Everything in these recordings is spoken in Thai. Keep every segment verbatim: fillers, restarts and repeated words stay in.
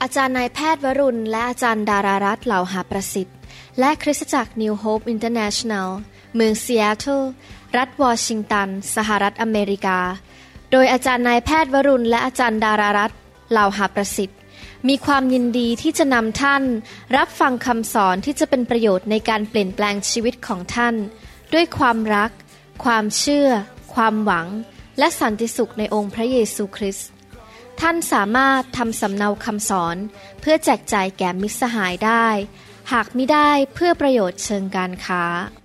อาจารย์นายแพทย์วรุณและอาจารย์ดารารัตน์เหล่าหาประสิทธิ์และคริสตจักร New Hope International เมืองซีแอตเทิลรัฐวอชิงตันสหรัฐอเมริกาโดยอาจารย์นายแพทย์วรุณและอาจารย์ดารารัตน์เหล่าหาประสิทธิ์มีความยินดีที่จะนำท่านรับฟังคำสอนที่จะเป็นประโยชน์ในการเปลี่ยนแปลงชีวิตของท่านด้วยความรักความเชื่อความหวังและสันติสุขในองค์พระเยซูคริสต์ท่านสามารถทำสำเนาคำสอนเพื่อแจกจ่ายแก่มิตรสหายได้หากมิได้เพื่อประโยชน์เชิงการค้า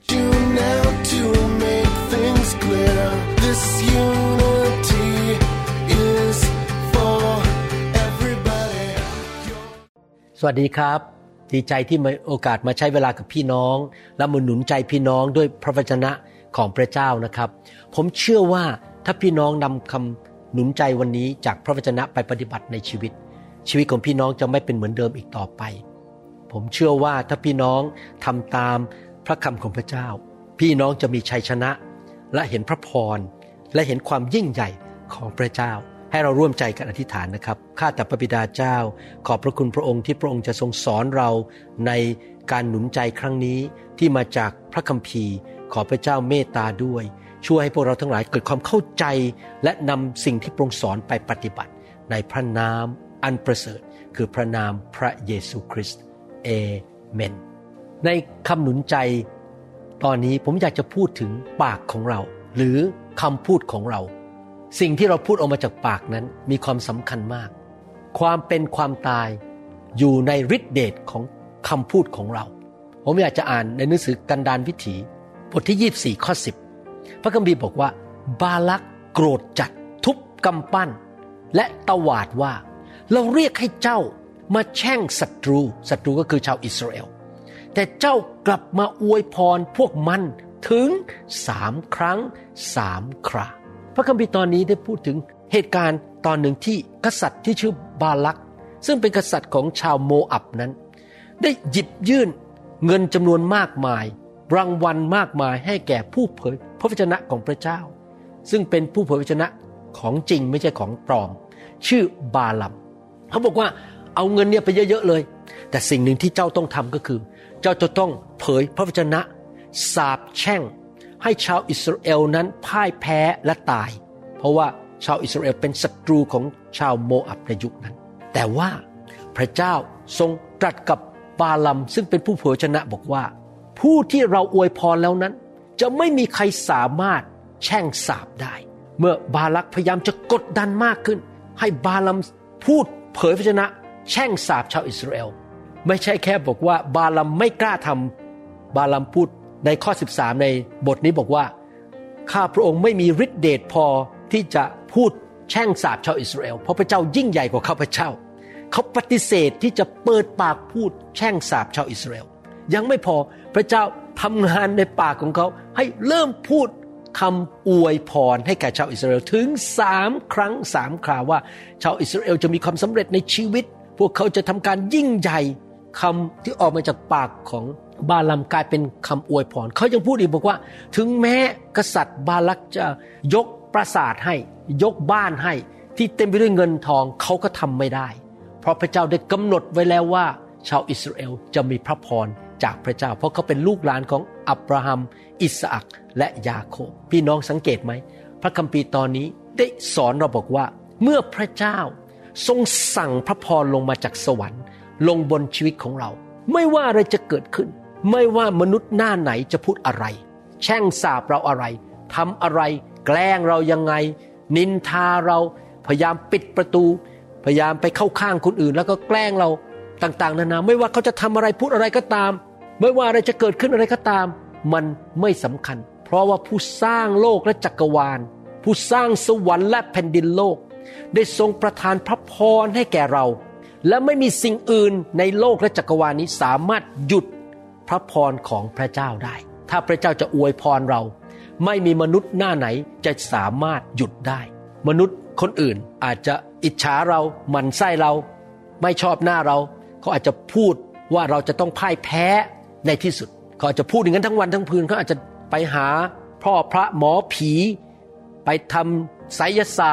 สวัสดีครับดีใจที่มีโอกาสมาใช้เวลากับพี่น้องและมาหนุนใจพี่น้องด้วยพระวจนะของพระเจ้านะครับผมเชื่อว่าถ้าพี่น้องนำคำหนุนใจวันนี้จากพระวจนะไปปฏิบัติในชีวิตชีวิตของพี่น้องจะไม่เป็นเหมือนเดิมอีกต่อไปผมเชื่อว่าถ้าพี่น้องทำตามพระคำของพระเจ้าพี่น้องจะมีชัยชนะและเห็นพระพรและเห็นความยิ่งใหญ่ของพระเจ้าให้เราร่วมใจกันอธิษฐานนะครับข้าแต่พระบิดาเจ้าขอบพระคุณพระองค์ที่พระองค์จะทรงสอนเราในการหนุนใจครั้งนี้ที่มาจากพระคัมภีร์ขอพระเจ้าเมตตาด้วยช่วยให้พวกเราทั้งหลายเกิดความเข้าใจและนำสิ่งที่พระองค์สอนไปปฏิบัติในพระนามอันประเสริฐคือพระนามพระเยซูคริสต์เอเมนในคำหนุนใจตอนนี้ผมอยากจะพูดถึงปากของเราหรือคำพูดของเราสิ่งที่เราพูดออกมาจากปากนั้นมีความสำคัญมากความเป็นความตายอยู่ในฤทธิเดชของคำพูดของเราผมอยากจะอ่านในหนังสือกันดารวิถีบทที่ยี่สิบสี่ข้อสิบพระคัมภีร์บอกว่าบาลักโกรธจัดทุบกำปั้นและตวาดว่าเราเรียกให้เจ้ามาแช่งศัตรูศัตรูก็คือชาวอิสราเอลแต่เจ้ากลับมาอวยพรพวกมันถึงสามครั้งสามคราพระคัมภีร์ตอนนี้ได้พูดถึงเหตุการณ์ตอนหนึ่งที่กษัตริย์ที่ชื่อบาลักซึ่งเป็นกษัตริย์ของชาวโมอับนั้นได้หยิบยื่นเงินจำนวนมากมายรางวัลมากมายให้แก่ผู้เผยพระวจนะของพระเจ้าซึ่งเป็นผู้เผยพระวจนะของจริงไม่ใช่ของปลอมชื่อบาลัมเขาบอกว่าเอาเงินเนี่ยไปเยอะๆเลยแต่สิ่งหนึ่งที่เจ้าต้องทำก็คือเจ้าจะต้องเผยพระวจนะสาปแช่งให้ชาวอิสราเอลนั้นพ่ายแพ้และตายเพราะว่าชาวอิสราเอลเป็นศัตรูของชาวโมอับในยุคนั้นแต่ว่าพระเจ้าทรงตรัสกับบาลัมซึ่งเป็นผู้เผยพระวจนะบอกว่าผู้ที่เราอวยพรแล้วนั้นจะไม่มีใครสามารถแช่งสาปได้เมื่อบาลักพยายามจะกดดันมากขึ้นให้บาลัมพูดเผยพระวจนะแช่งสาปชาวอิสราเอลไม่ใช่แค่บอกว่าบาลัมไม่กล้าทำบาลัมพูดในข้อสิบสามในบทนี้บอกว่าข้าพระองค์ไม่มีฤทธิเดชพอที่จะพูดแช่งสาปชาวอิสราเอลเพราะพระเจ้ายิ่งใหญ่กว่าข้าพเจ้าเขาปฏิเสธที่จะเปิดปากพูดแช่งสาปชาวอิสราเอลยังไม่พอพระเจ้าทำงานในปากของเขาให้เริ่มพูดคำอวยพรให้แก่ชาวอิสราเอลถึงสามครั้งสามคราว่าชาวอิสราเอลจะมีความสำเร็จในชีวิตพวกเขาจะทำการยิ่งใหญ่คำที่ออกมาจากปากของบาลัมกลายเป็นคำอวยพรเขายังพูดอีกบอกว่าถึงแม้กษัตริย์บาลักจะยกปราสาทให้ยกบ้านให้ที่เต็มไปด้วยเงินทองเขาก็ทำไม่ได้เพราะพระเจ้าได้กำหนดไว้แล้วว่าชาวอิสราเอลจะมีพระพรจากพระเจ้าเพราะเขาเป็นลูกหลานของอับราฮัมอิสอัคและยาโคบพี่น้องสังเกตไหมพระคัมภีร์ตอนนี้ได้สอนเราบอกว่าเมื่อพระเจ้าทรงสั่งพระพรลงมาจากสวรรค์ลงบนชีวิตของเราไม่ว่าอะไรจะเกิดขึ้นไม่ว่ามนุษย์หน้าไหนจะพูดอะไรแช่งสาปเราอะไรทำอะไรแกล้งเรายังไงนินทาเราพยายามปิดประตูพยายามไปเข้าข้างคนอื่นแล้วก็แกล้งเราต่างๆนานาไม่ว่าเขาจะทำอะไรพูดอะไรก็ตามไม่ว่าอะไรจะเกิดขึ้นอะไรก็ตามมันไม่สำคัญเพราะว่าผู้สร้างโลกและจักรวาลผู้สร้างสวรรค์และแผ่นดินโลกได้ทรงประทานพระพรให้แก่เราและไม่มีสิ่งอื่นในโลกและจักรวาลนี้สามารถหยุดพระพรของพระเจ้าได้ถ้าพระเจ้าจะอวยพรเราไม่มีมนุษย์หน้าไหนจะสามารถหยุดได้มนุษย์คนอื่นอาจจะอิจฉาเราหมั่นไส้เราไม่ชอบหน้าเราเขาอาจจะพูดว่าเราจะต้องพ่ายแพ้ในที่สุดเขาอาจจะพูดอย่างนั้นทั้งวันทั้งคืนเขาอาจจะไปหาพ่อพระหมอผีไปทำไสยศาสตร์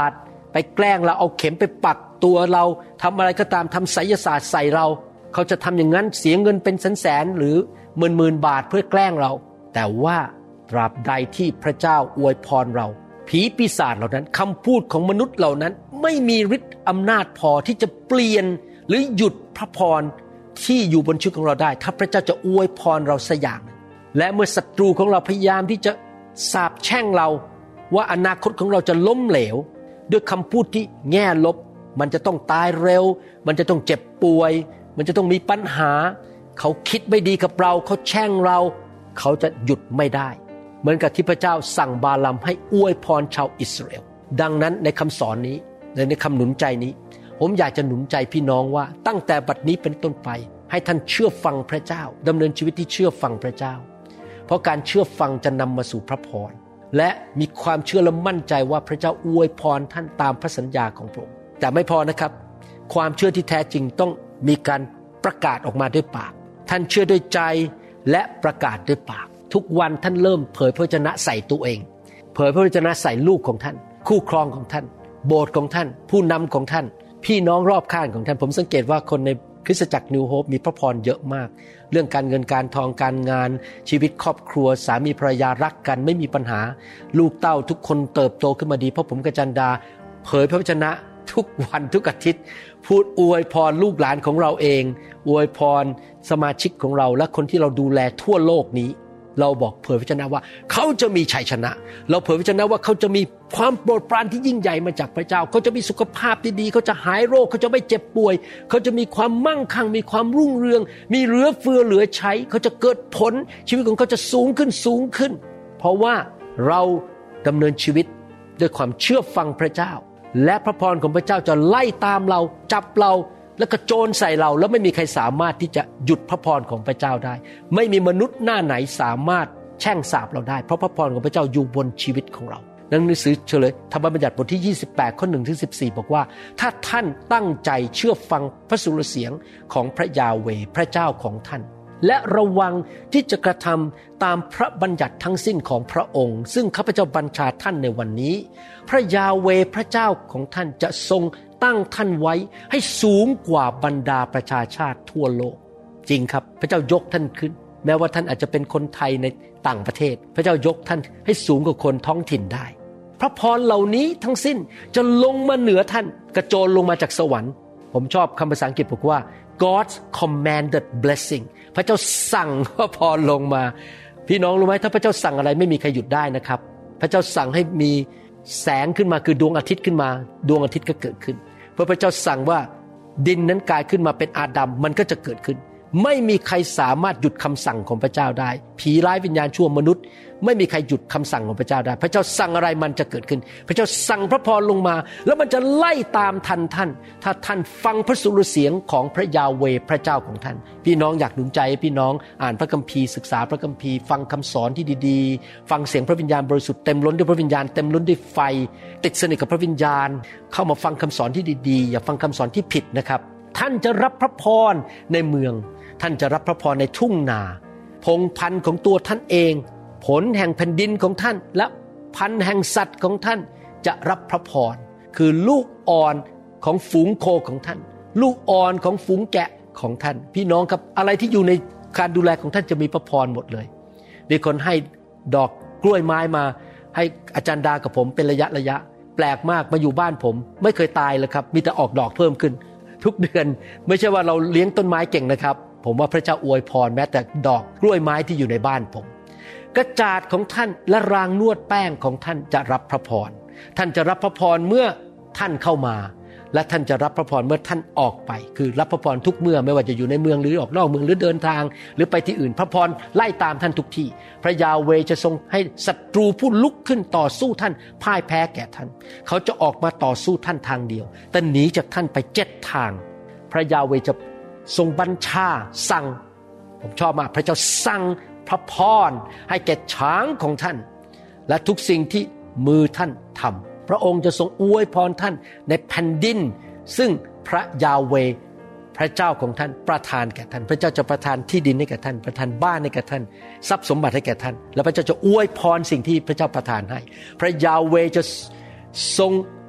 ไปแกล้งเราเอาเข็มไปปักตัวเราทำอะไรก็ตามทำไสยศาสตร์ใส่เราเขาจะทำอย่างนั้นเสียเงินเป็นแสนๆหรือหมื่นๆบาทเพื่อแกล้งเราแต่ว่าตราบใดที่พระเจ้าอวยพรเราผีปีศาจเหล่านั้นคำพูดของมนุษย์เหล่านั้นไม่มีฤทธิ์อำนาจพอที่จะเปลี่ยนหรือหยุดพระพรที่อยู่บนชีวิตของเราได้ถ้าพระเจ้าจะอวยพรเราสักอย่างและเมื่อศัตรูของเราพยายามที่จะสาปแช่งเราว่าอนาคตของเราจะล้มเหลวด้วยคำพูดที่แง่ลบมันจะต้องตายเร็วมันจะต้องเจ็บป่วยมันจะต้องมีปัญหาเขาคิดไม่ดีกับเราเขาแช่งเราเขาจะหยุดไม่ได้เหมือนกับที่พระเจ้าสั่งบาลัมให้อวยพรชาวอิสราเอลดังนั้นในคำสอนนี้และในคำหนุนใจนี้ผมอยากจะหนุนใจพี่น้องว่าตั้งแต่บัดนี้เป็นต้นไปให้ท่านเชื่อฟังพระเจ้าดำเนินชีวิตที่เชื่อฟังพระเจ้าเพราะการเชื่อฟังจะนำมาสู่พระพรและมีความเชื่อและมั่นใจว่าพระเจ้าอวยพรท่านตามพระสัญญาของพระองค์แต่ไม่พอนะครับความเชื่อที่แท้จริงต้องมีการประกาศออกมาด้วยปากท่านเชื่อด้วยใจและประกาศด้วยปากทุกวันท่านเริ่มเผยพระวจนะใส่ตัวเองเผยพระวจนะใส่ลูกของท่านคู่ครองของท่านโบสถ์ของท่านผู้นำของท่านพี่น้องรอบข้างของท่านผมสังเกตว่าคนในคริสตจักรนิวโฮปมีพระพรเยอะมากเรื่องการเงินการทองการงานชีวิตครอบครัวสามีภรรยารักกันไม่มีปัญหาลูกเต้าทุกคนเติบโตขึ้นมาดีเพราะผมกับจันดาเผยพระวจนะทุกวันทุกอาทิตย์พูดอวยพรลูกหลานของเราเองอวยพรสมาชิกของเราและคนที่เราดูแลทั่วโลกนี้เราบอกเผยพระวจนะว่าเขาจะมีชัยชนะเราเผยพระวจนะว่าเขาจะมีความโปรดปรานที่ยิ่งใหญ่มาจากพระเจ้าเขาจะมีสุขภาพที่ดีเขาจะหายโรคเขาจะไม่เจ็บป่วยเขาจะมีความมั่งคั่งมีความรุ่งเรืองมีเหลือเฟือเหลือใช้เขาจะเกิดผลชีวิตของเขาจะสูงขึ้นสูงขึ้นเพราะว่าเราดำเนินชีวิตด้วยความเชื่อฟังพระเจ้าและพระพรของพระเจ้าจะไล่ตามเราจับเราแล้วก็โจรใส่เราแล้วไม่มีใครสามารถที่จะหยุดพระพรของพระเจ้าได้ไม่มีมนุษย์หน้าไหนสามารถแช่งสาปเราได้เพราะพระพรของพระเจ้าอยู่บนชีวิตของเราหนังสือเฉลยธรรมบัญญัติบทที่ยี่สิบแปดข้อหนึ่งถึงสิบสี่บอกว่าถ้าท่านตั้งใจเชื่อฟังพระสุรเสียงของพระยาเวห์พระเจ้าของท่านและระวังที่จะกระทำตามพระบัญญัติทั้งสิ้นของพระองค์ซึ่งข้าพเจ้าบัญชาท่านในวันนี้พระยาเวห์พระเจ้าของท่านจะทรงตั้งท่านไว้ให้สูงกว่าบรรดาประชาชาติทั่วโลกจริงครับพระเจ้ายกท่านขึ้นแม้ว่าท่านอาจจะเป็นคนไทยในต่างประเทศพระเจ้ายกท่านให้สูงกว่าคนท้องถิ่นได้พระพรเหล่านี้ทั้งสิ้นจะลงมาเหนือท่านกระโจนลงมาจากสวรรค์ผมชอบคำภาษาอังกฤษบอกว่า God's commanded blessing พระเจ้าสั่งพระพรลงมาพี่น้องรู้ไหมถ้าพระเจ้าสั่งอะไรไม่มีใครหยุดได้นะครับพระเจ้าสั่งให้มีแสงขึ้นมาคือดวงอาทิตย์ขึ้นมาดวงอาทิตย์ก็เกิดขึ้นเพราะพระเจ้าสั่งว่าดินนั้นกลายขึ้นมาเป็นอาดัมมันก็จะเกิดขึ้นไม่มีใครสามารถหยุดคำสั่งของพระเจ้าได้ผีร้ายวิญญาณชั่วมนุษย์ไม่มีใครหยุดคำสั่งของพระเจ้าได้พระเจ้าสั่งอะไรมันจะเกิดขึ้นพระเจ้าสั่งพระพรลงมาแล้วมันจะไล่ตามทันท่านถ้าท่านฟังพระสุรเสียงของพระยาเวห์พระเจ้าของท่านพี่น้องอยากหนุนใจพี่น้องอ่านพระคัมภีร์ศึกษาพระคัมภีร์ฟังคำสอนที่ดีๆฟังเสียงพระวิญญาณบริสุทธิ์เต็มล้นด้วยพระวิญญาณเต็มล้นด้วยไฟติดสนิทกับพระวิญญาณเข้ามาฟังคำสอนที่ดีๆอย่าฟังคำสอนที่ผิดนะครับท่านจะรับพระพรในเมืองท่านจะรับพระพรในทุ่งนาพงพันธุ์ของตัวท่านเองผลแห่งแผ่นดินของท่านและพันธุ์แห่งสัตว์ของท่านจะรับพระพรคือลูกอ่อนของฝูงโคของท่านลูกอ่อนของฝูงแกะของท่านพี่น้องครับอะไรที่อยู่ในการดูแลของท่านจะมีพระพรหมดเลยมีคนให้ดอกกล้วยไม้มาให้อาจารย์ดากับผมเป็นระยะระยะแปลกมากมาอยู่บ้านผมไม่เคยตายเลยครับมีแต่ออกดอกเพิ่มขึ้นทุกเดือนไม่ใช่ว่าเราเลี้ยงต้นไม้เก่งนะครับผมว่าพระเจ้าอวยพรแม้แต่ดอกกล้วยไม้ที่อยู่ในบ้านผมกระจาดของท่านและรางนวดแป้งของท่านจะรับพระพรท่านจะรับพระพรเมื่อท่านเข้ามาและท่านจะรับพระพรเมื่อท่านออกไปคือรับพระพรทุกเมื่อไม่ว่าจะอยู่ในเมืองหรือออกนอกเมืองหรือเดินทางหรือไปที่อื่นพระพรไล่ตามท่านทุกที่พระยาเวห์จะทรงให้ศัตรูผู้ลุกขึ้นต่อสู้ท่านพ่ายแพ้แก่ท่านเขาจะออกมาต่อสู้ท่านทางเดียวแต่หนีจากท่านไปเจ็ดทางพระยาเวห์จะทรงบัญชาสั่งผมชอบมากพระเจ้าสั่งพระพรให้แก่ช้างของท่านและทุกสิ่งที่มือท่านทำพระองค์จะทรงอวยพรท่านในแผ่นดินซึ่งพระยาเวห์พระเจ้าของท่านประทานแก่ท่านพระเจ้าจะประทานที่ดินให้แก่ท่านประทานบ้านให้แก่ท่านทรัพย์สมบัติให้แก่ท่านและพระเจ้าจะอวยพรสิ่งที่พระเจ้าประทานให้พระยาเวห์จะทรง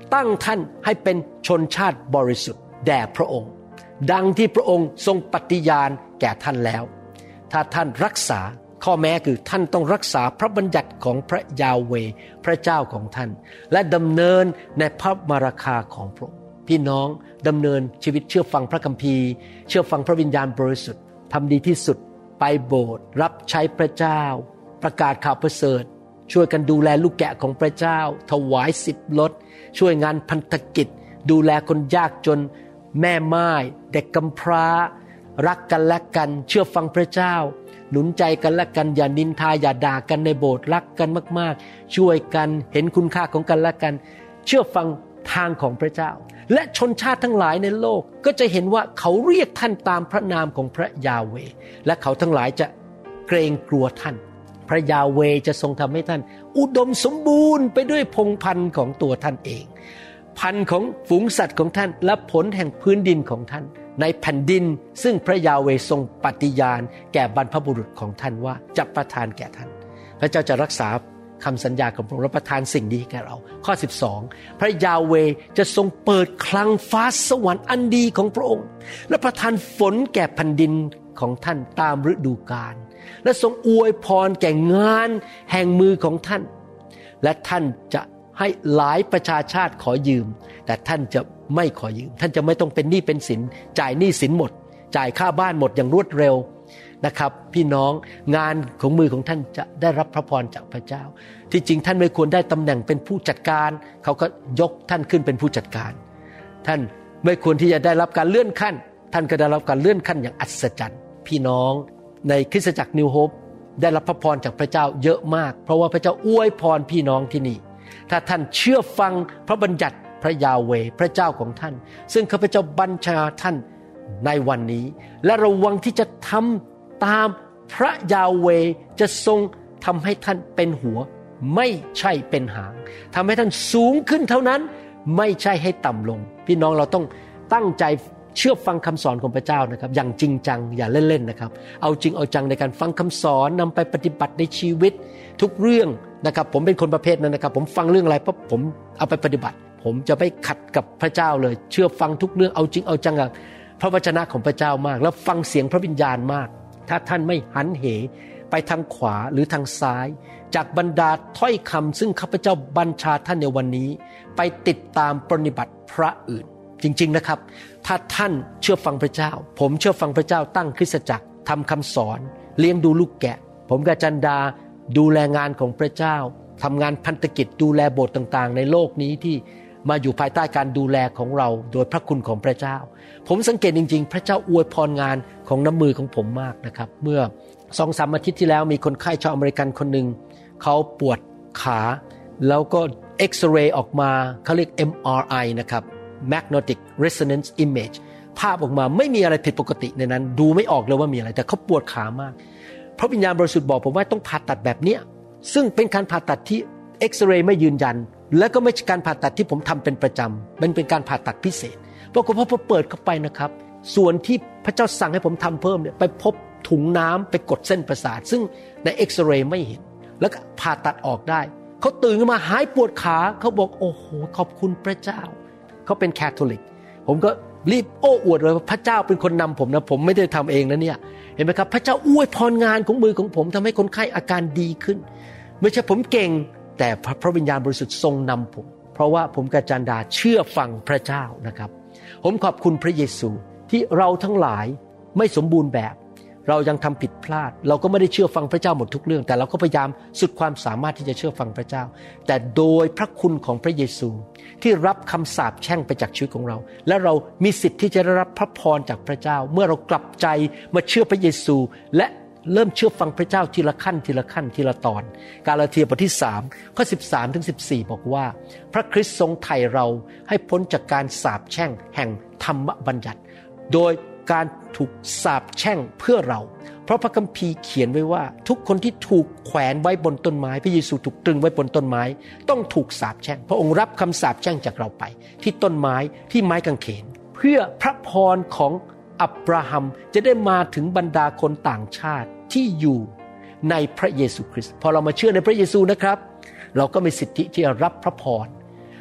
ตั้งท่านให้เป็นชนชาติบริสุทธิ์แด่พระองค์ดังที่พระองค์ทรงปฏิญาณแก่ท่านแล้วถ้าท่านรักษาข้อแม้คือท่านต้องรักษาพระบัญญัติของพระยาเวห์พระเจ้าของท่านและดำเนินในพระมราคาของพระองค์พี่น้องดำเนินชีวิตเชื่อฟังพระคัมภีร์เชื่อฟังพระวิญญาณบริสุทธิ์ทำดีที่สุดไปโบสถ์รับใช้พระเจ้าประกาศข่าวประเสริฐช่วยกันดูแลลูกแกะของพระเจ้าถวายสิบลดช่วยงานพันธกิจดูแลคนยากจนแม่ม่ายเด็กกำพร้ารักกันและกันเชื่อฟังพระเจ้าหนุนใจกันและกันอย่านินทาอย่าด่ากันในโบสถ์รักกันมากๆช่วยกันเห็นคุณค่าของกันและกันเชื่อฟังทางของพระเจ้าและชนชาติทั้งหลายในโลกก็จะเห็นว่าเขาเรียกท่านตามพระนามของพระยาเวห์และเขาทั้งหลายจะเกรงกลัวท่านพระยาเวห์จะทรงทำให้ท่านอุดมสมบูรณ์ไปด้วยพงศ์พันธุ์ของตัวท่านเองพันธุ์ของฝูงสัตว์ของท่านและผลแห่งพื้นดินของท่านในแผ่นดินซึ่งพระยาเวห์ทรงปฏิญาณแก่บรรพบุรุษของท่านว่าจะประทานแก่ท่านพระเจ้าจะรักษาคำสัญญาของพระองค์และประทานสิ่งดีแก่เราข้อสิบสองพระยาเวห์จะทรงเปิดคลังฟ้าสวรรค์อันดีของพระองค์และประทานฝนแก่แผ่นดินของท่านตามฤดูกาลและทรงอวยพรแก่งานแห่งมือของท่านและท่านจะให้หลายประชาชาติขอยืมแต่ท่านจะไม่ขอยืมท่านจะไม่ต้องเป็นหนี้เป็นสินจ่ายหนี้สินหมดจ่ายค่าบ้านหมดอย่างรวดเร็วนะครับพี่น้องงานของมือของท่านจะได้รับพระพรจากพระเจ้าที่จริงท่านไม่ควรได้ตำแหน่งเป็นผู้จัดการเขาก็ยกท่านขึ้นเป็นผู้จัดการท่านไม่ควรที่จะได้รับการเลื่อนขั้นท่านก็ได้รับการเลื่อนขั้นอย่างอัศจรรย์พี่น้องในคริสตจักรนิวโฮปได้รับพระพรจากพระเจ้าเยอะมากเพราะว่าพระเจ้าอวยพรพี่น้องที่นี่ถ้าท่านเชื่อฟังพระบัญญัติพระยาเวห์พระเจ้าของท่านซึ่งข้าพเจ้าบัญชาท่านในวันนี้และระวังที่จะทำตามพระยาเวห์จะทรงทำให้ท่านเป็นหัวไม่ใช่เป็นหางทำให้ท่านสูงขึ้นเท่านั้นไม่ใช่ให้ต่ำลงพี่น้องเราต้องตั้งใจเชื่อฟังคำสอนของพระเจ้านะครับอย่างจริงจังอย่าเล่นๆนะครับเอาจริงเอาจังในการฟังคำสอนนำไปปฏิบัติในชีวิตทุกเรื่องนะครับผมเป็นคนประเภทนั้นนะครับผมฟังเรื่องอะไรปั๊บผมเอาไปปฏิบัติผมจะไม่ขัดกับพระเจ้าเลยเชื่อฟังทุกเรื่องเอาจริงเอาจังกับพระวจนะของพระเจ้ามากแล้วฟังเสียงพระวิญญาณมากถ้าท่านไม่หันเหไปทางขวาหรือทางซ้ายจากบรรดาถ้อยคำซึ่งข้าพเจ้าบัญชาท่านในวันนี้ไปติดตามปฏิบัติพระอื่นจริงๆนะครับถ้าท่านเชื่อฟังพระเจ้าผมเชื่อฟังพระเจ้าตั้งคริสตจักรทำคำสอนเลี้ยงดูลูกแกะผมกับจันดาดูแลงานของพระเจ้าทำงานพันธกิจดูแลโบสถ์ต่างๆในโลกนี้ที่มาอยู่ภายใต้การดูแลของเราโดยพระคุณของพระเจ้าผมสังเกตจริงๆพระเจ้าอวยพรงานของน้ำมือของผมมากนะครับเมื่อ สองสาม อาทิตย์ที่แล้วมีคนไข้ชาวอเมริกันคนหนึ่งเขาปวดขาแล้วก็เอ็กซเรย์ออกมาเขาเรียก เอ็ม อาร์ ไอ นะครับ Magnetic Resonance Image ภาพออกมาไม่มีอะไรผิดปกติในนั้นดูไม่ออกเลยว่ามีอะไรแต่เขาปวดขามากพระวิญญาณบริสุทธิ์บอกผมว่าต้องผ่าตัดแบบนี้ซึ่งเป็นการผ่าตัดที่เอ็กซเรย์ไม่ยืนยันและก็ไม่ใช่การผ่าตัดที่ผมทำเป็นประจำมันเป็นการผ่าตัดพิเศษปรากฏว่าพอเปิดเข้าไปนะครับส่วนที่พระเจ้าสั่งให้ผมทำเพิ่มเนี่ยไปพบถุงน้ำไปกดเส้นประสาทซึ่งในเอ็กซเรย์ไม่เห็นแล้วก็ผ่าตัดออกได้เขาตื่นขึ้นมาหายปวดขาเขาบอกโอ้โหขอบคุณพระเจ้าเขาเป็นคาทอลิกผมก็รีบโอ้อวดเลยว่าพระเจ้าเป็นคนนำผมนะผมไม่ได้ทำเองนะเนี่ยเห็นไหมครับพระเจ้าอวยพรงานของมือของผมทำให้คนไข้อาการดีขึ้นไม่ใช่ผมเก่งแต่พระวิญญาณบริสุทธิ์ทรงนำผมเพราะว่าผมกับจันดาเชื่อฟังพระเจ้านะครับผมขอบคุณพระเยซูที่เราทั้งหลายไม่สมบูรณ์แบบเรายังทำผิดพลาดเราก็ไม่ได้เชื่อฟังพระเจ้าหมดทุกเรื่องแต่เราก็พยายามสุดความสามารถที่จะเชื่อฟังพระเจ้าแต่โดยพระคุณของพระเยซูที่รับคำสาปแช่งไปจากชีวิตของเราและเรามีสิทธิ์ที่จะได้รับพระพรจากพระเจ้าเมื่อเรากลับใจมาเชื่อพระเยซูและเริ่มเชื่อฟังพระเจ้าทีละขั้นทีละขั้นทีละตอนกาลาเทียบทที่สามข้อสิบสามถึงสิบสี่บอกว่าพระคริสต์ทรงไถ่เราให้พ้นจากการสาปแช่งแห่งธรรมบัญญัติโดยการถูกสาปแช่งเพื่อเราเพราะพระคัมภีร์เขียนไว้ว่าทุกคนที่ถูกแขวนไว้บนต้นไม้พระเยซูถูกตรึงไว้บนต้นไม้ต้องถูกสาปแช่งพระองค์รับคำสาปแช่งจากเราไปที่ต้นไม้ที่ไม้กางเขนเพื่อพระพรของอับราฮัมจะได้มาถึงบรรดาคนต่างชาติที่อยู่ในพระเยซูคริสต์พอเรามาเชื่อในพระเยซูนะครับเราก็มีสิทธิที่จะรับพระพร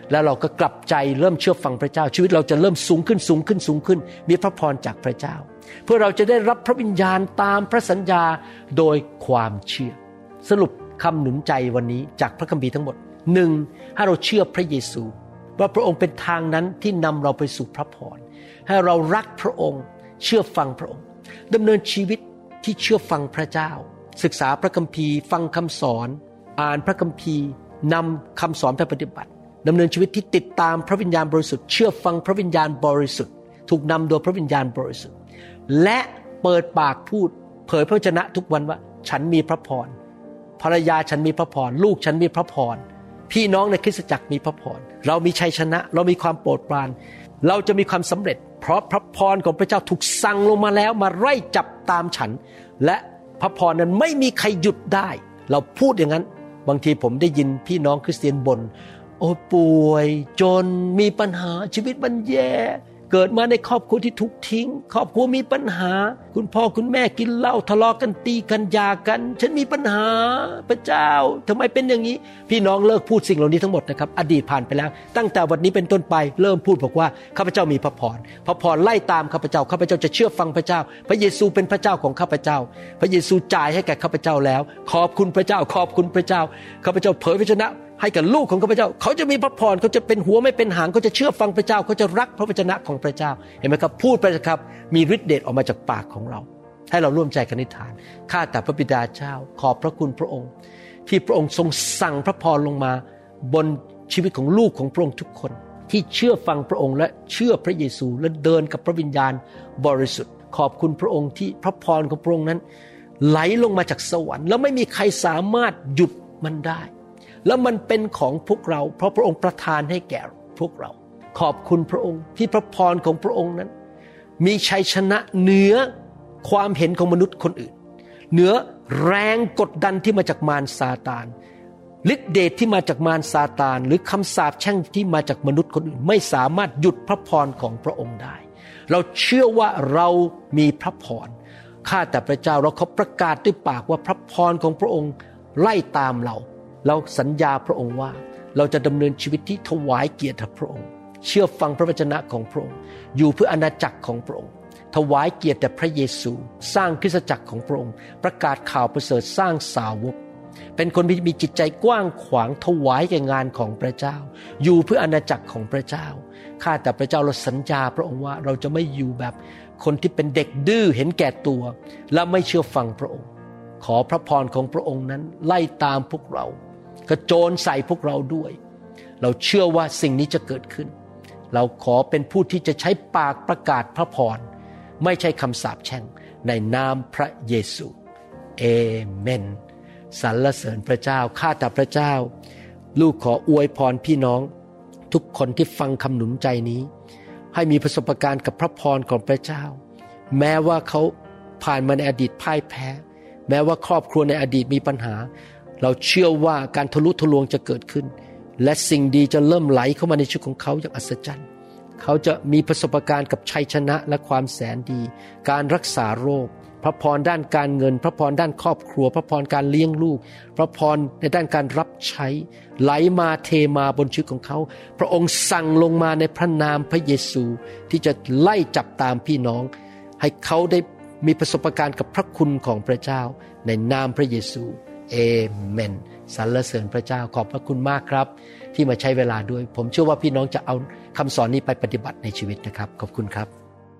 แล้วเราก็กลับใจเริ่มเชื่อฟังพระเจ้าชีวิตเราจะเริ่มสูงขึ้นสูงขึ้นสูงขึ้นมีพระพรจากพระเจ้าเพื่อเราจะได้รับพระวิญญาณตามพระสัญญาโดยความเชื่อสรุปคำหนุนใจวันนี้จากพระคัมภีร์ทั้งหมดหนึ่งให้เราเชื่อพระเยซูว่าพระองค์เป็นทางนั้นที่นำเราไปสู่พระพรให้เรารักพระองค์เชื่อฟังพระองค์ดำเนินชีวิตที่เชื่อฟังพระเจ้าศึกษาพระคัมภีร์ฟังคำสอนอ่านพระคัมภีร์นำคำสอนไปปฏิบัติดำเนินชีวิตที่ติดตามพระวิญญาณบริสุทธิ์เชื่อฟังพระวิญญาณบริสุทธิ์ถูกนำโดยพระวิญญาณบริสุทธิ์และเปิดปากพูดเผยพระวจนะทุกวันว่าฉันมีพระพรภรรยาฉันมีพระพรลูกฉันมีพระพรพี่น้องในคริสตจักรมีพระพรเรามีชัยชนะเรามีความโปรดปรานเราจะมีความสำเร็จเพราะพระพรของพระเจ้าถูกสั่งลงมาแล้วมาไล่จับตามฉันและพระพรนั้นไม่มีใครหยุดได้เราพูดอย่างนั้นบางทีผมได้ยินพี่น้องคริสเตียนบ่นโอ้ป่วยจนมีปัญหาชีวิตมันแย่เกิดมาในครอบครัวที่ถูกทิ้งครอบครัวมีปัญหาคุณพ่อคุณแม่กินเหล้าทะเลาะกันตีกันหย่ากันฉันมีปัญหาพระเจ้าทำไมเป็นอย่างนี้พี่น้องเลิกพูดสิ่งเหล่านี้ทั้งหมดนะครับอดีตผ่านไปแล้วตั้งแต่วันนี้เป็นต้นไปเริ่มพูดบอกว่าข้าพเจ้ามีพระพรพระพรไล่ตามข้าพเจ้าข้าพเจ้าจะเชื่อฟังพระเจ้าพระเยซูเป็นพระเจ้าของข้าพเจ้าพระเยซูจ่ายให้แก่ข้าพเจ้าแล้วขอบคุณพระเจ้าขอบคุณพระเจ้าข้าพเจ้าเผยพระชนะให้กับลูกของข้าพเจ้าเขาจะมีพระพรเขาจะเป็นหัวไม่เป็นหางเขาจะเชื่อฟังพระเจ้าเขาจะรักพระวจนะของพระเจ้าเห็นไหมครับพูดไปครับมีฤทธิ์เดชออกมาจากปากของเราให้เราร่วมใจกันอธิษฐานข้าแต่พระบิดาเจ้าขอบพระคุณพระองค์ที่พระองค์ทรงสั่งพระพรลงมาบนชีวิตของลูกของพระองค์ทุกคนที่เชื่อฟังพระองค์และเชื่อพระเยซูและเดินกับพระวิญญาณบริสุทธิ์ขอบคุณพระองค์ที่พระพรของพระองค์นั้นไหลลงมาจากสวรรค์แล้วไม่มีใครสามารถหยุดมันได้แล้วมันเป็นของพวกเราเพราะพระองค์ประทานให้แก่พวกเราขอบคุณพระองค์ที่พระพรของพระองค์นั้นมีชัยชนะเหนือความเห็นของมนุษย์คนอื่นเหนือแรงกดดันที่มาจากมารซาตานฤทธิเดชที่มาจากมารซาตานหรือคำสาปแช่งที่มาจากมนุษย์คนอื่นไม่สามารถหยุดพระพรของพระองค์ได้เราเชื่อว่าเรามีพระพรข้าแต่พระเจ้าเราขอประกาศด้วยปากว่าพระพรของพระองค์ไล่ตามเราเราสัญญาพระองค์ว่าเราจะดำเนินชีวิตที่ถวายเกียรติพระองค์เชื่อฟังพระวจนะของพระองค์อยู่เพื่ออาณาจักรของพระองค์ถวายเกียรติแด่พระเยซูสร้างคริสตจักรของพระองค์ประกาศข่าวประเสริฐสร้างสาวกเป็นคนที่มีจิตใจกว้างขวางถวายแก่งานของพระเจ้าอยู่เพื่ออาณาจักรของพระเจ้าข้าแต่พระเจ้าเราสัญญาพระองค์ว่าเราจะไม่อยู่แบบคนที่เป็นเด็กดื้อเห็นแก่ตัวและไม่เชื่อฟังพระองค์ขอพระพรของพระองค์นั้นไล่ตามพวกเรากระโจนใส่พวกเราด้วยเราเชื่อว่าสิ่งนี้จะเกิดขึ้นเราขอเป็นผู้ที่จะใช้ปากประกาศพระพรไม่ใช่คำสาปแช่งในนามพระเยซูเอเมนสรรเสริญพระเจ้าข้าแต่พระเจ้าลูกขออวยพรพี่น้องทุกคนที่ฟังคำหนุนใจนี้ให้มีประสบการณ์กับพระพรของพระเจ้าแม้ว่าเขาผ่านมาในอดีตพ่ายแพ้แม้ว่าครอบครัวในอดีตมีปัญหาเราเชื่อว่าการทะลุทะลวงจะเกิดขึ้นและสิ่งดีจะเริ่มไหลเข้ามาในชีวิตของเขาอย่างอัศจรรย์เขาจะมีประสบการณ์กับชัยชนะและความแสนดีการรักษาโรคพระพรด้านการเงินพระพรด้านครอบครัวพระพรการเลี้ยงลูกพระพรในด้านการรับใช้ไหลมาเทมาบนชีวิตของเขาพระองค์สั่งลงมาในพระนามพระเยซูที่จะไล่จับตามพี่น้องให้เขาได้มีประสบการณ์กับพระคุณของพระเจ้าในนามพระเยซูเอเมนสรรเสริญพระเจ้าขอบพระคุณมากครับที่มาใช้เวลาด้วยผมเชื่อว่าพี่น้องจะเอาคำสอนนี้ไปปฏิบัติในชีวิตนะครับขอบคุณครับ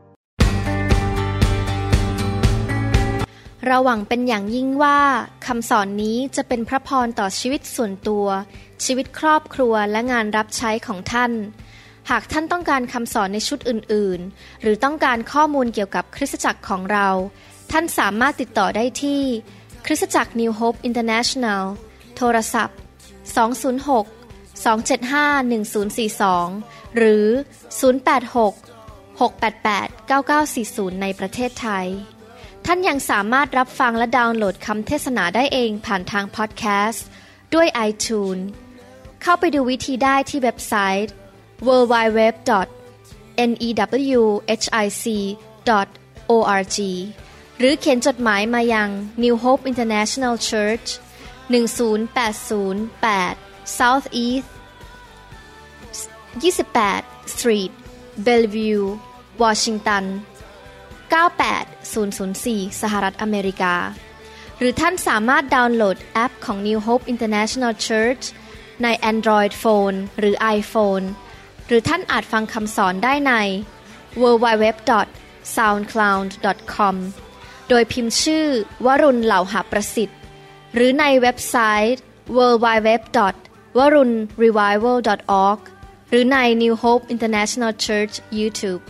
เราหวังเป็นอย่างยิ่งว่าคำสอนนี้จะเป็นพระพรต่อชีวิตส่วนตัวชีวิตครอบครัวและงานรับใช้ของท่านหากท่านต้องการคำสอนในชุดอื่นๆหรือต้องการข้อมูลเกี่ยวกับคริสตจักรของเราท่านสามารถติดต่อได้ที่คริสตจักร New Hope International โทรศัพท์สอง ศูนย์ หก สอง เจ็ด ห้า หนึ่ง ศูนย์ สี่ สองหรือศูนย์ แปด หก หก แปด แปด เก้า เก้า สี่ ศูนย์ในประเทศไทยท่านยังสามารถรับฟังและดาวน์โหลดคำเทศนาได้เองผ่านทางพอดแคสต์ด้วย iTunes เข้าไปดูวิธีได้ที่เว็บไซต์ ดับเบิลยู ดับเบิลยู ดับเบิลยู ดอท เน อี ดับเบิลยู เอช ไอ ซี ดอท โอ อาร์ จี หรือเขียนจดหมายมายัง New Hope International Church หนึ่ง ศูนย์ แปด ศูนย์ แปด South East ยี่สิบแปด Street Bellevue Washington เก้าแปดศูนย์ศูนย์สี่ สหรัฐอเมริกาหรือท่านสามารถดาวน์โหลดแอปของ New Hope International Church ใน Android Phone หรือ iPhone หรือท่านอาจฟังคำสอนได้ใน ดับเบิลยู ดับเบิลยู ดับเบิลยู ดอท ซาวด์คลาวด์ ดอท คอม โดยพิมพ์ชื่อวรุณเหล่าหาประสิทธิ์หรือในเว็บไซต์ ดับเบิลยู ดับเบิลยู ดับเบิลยู ดอท วรุณ รีไววัล ดอท ออร์ก หรือใน New Hope International Church YouTube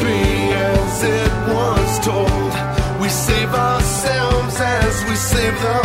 Save the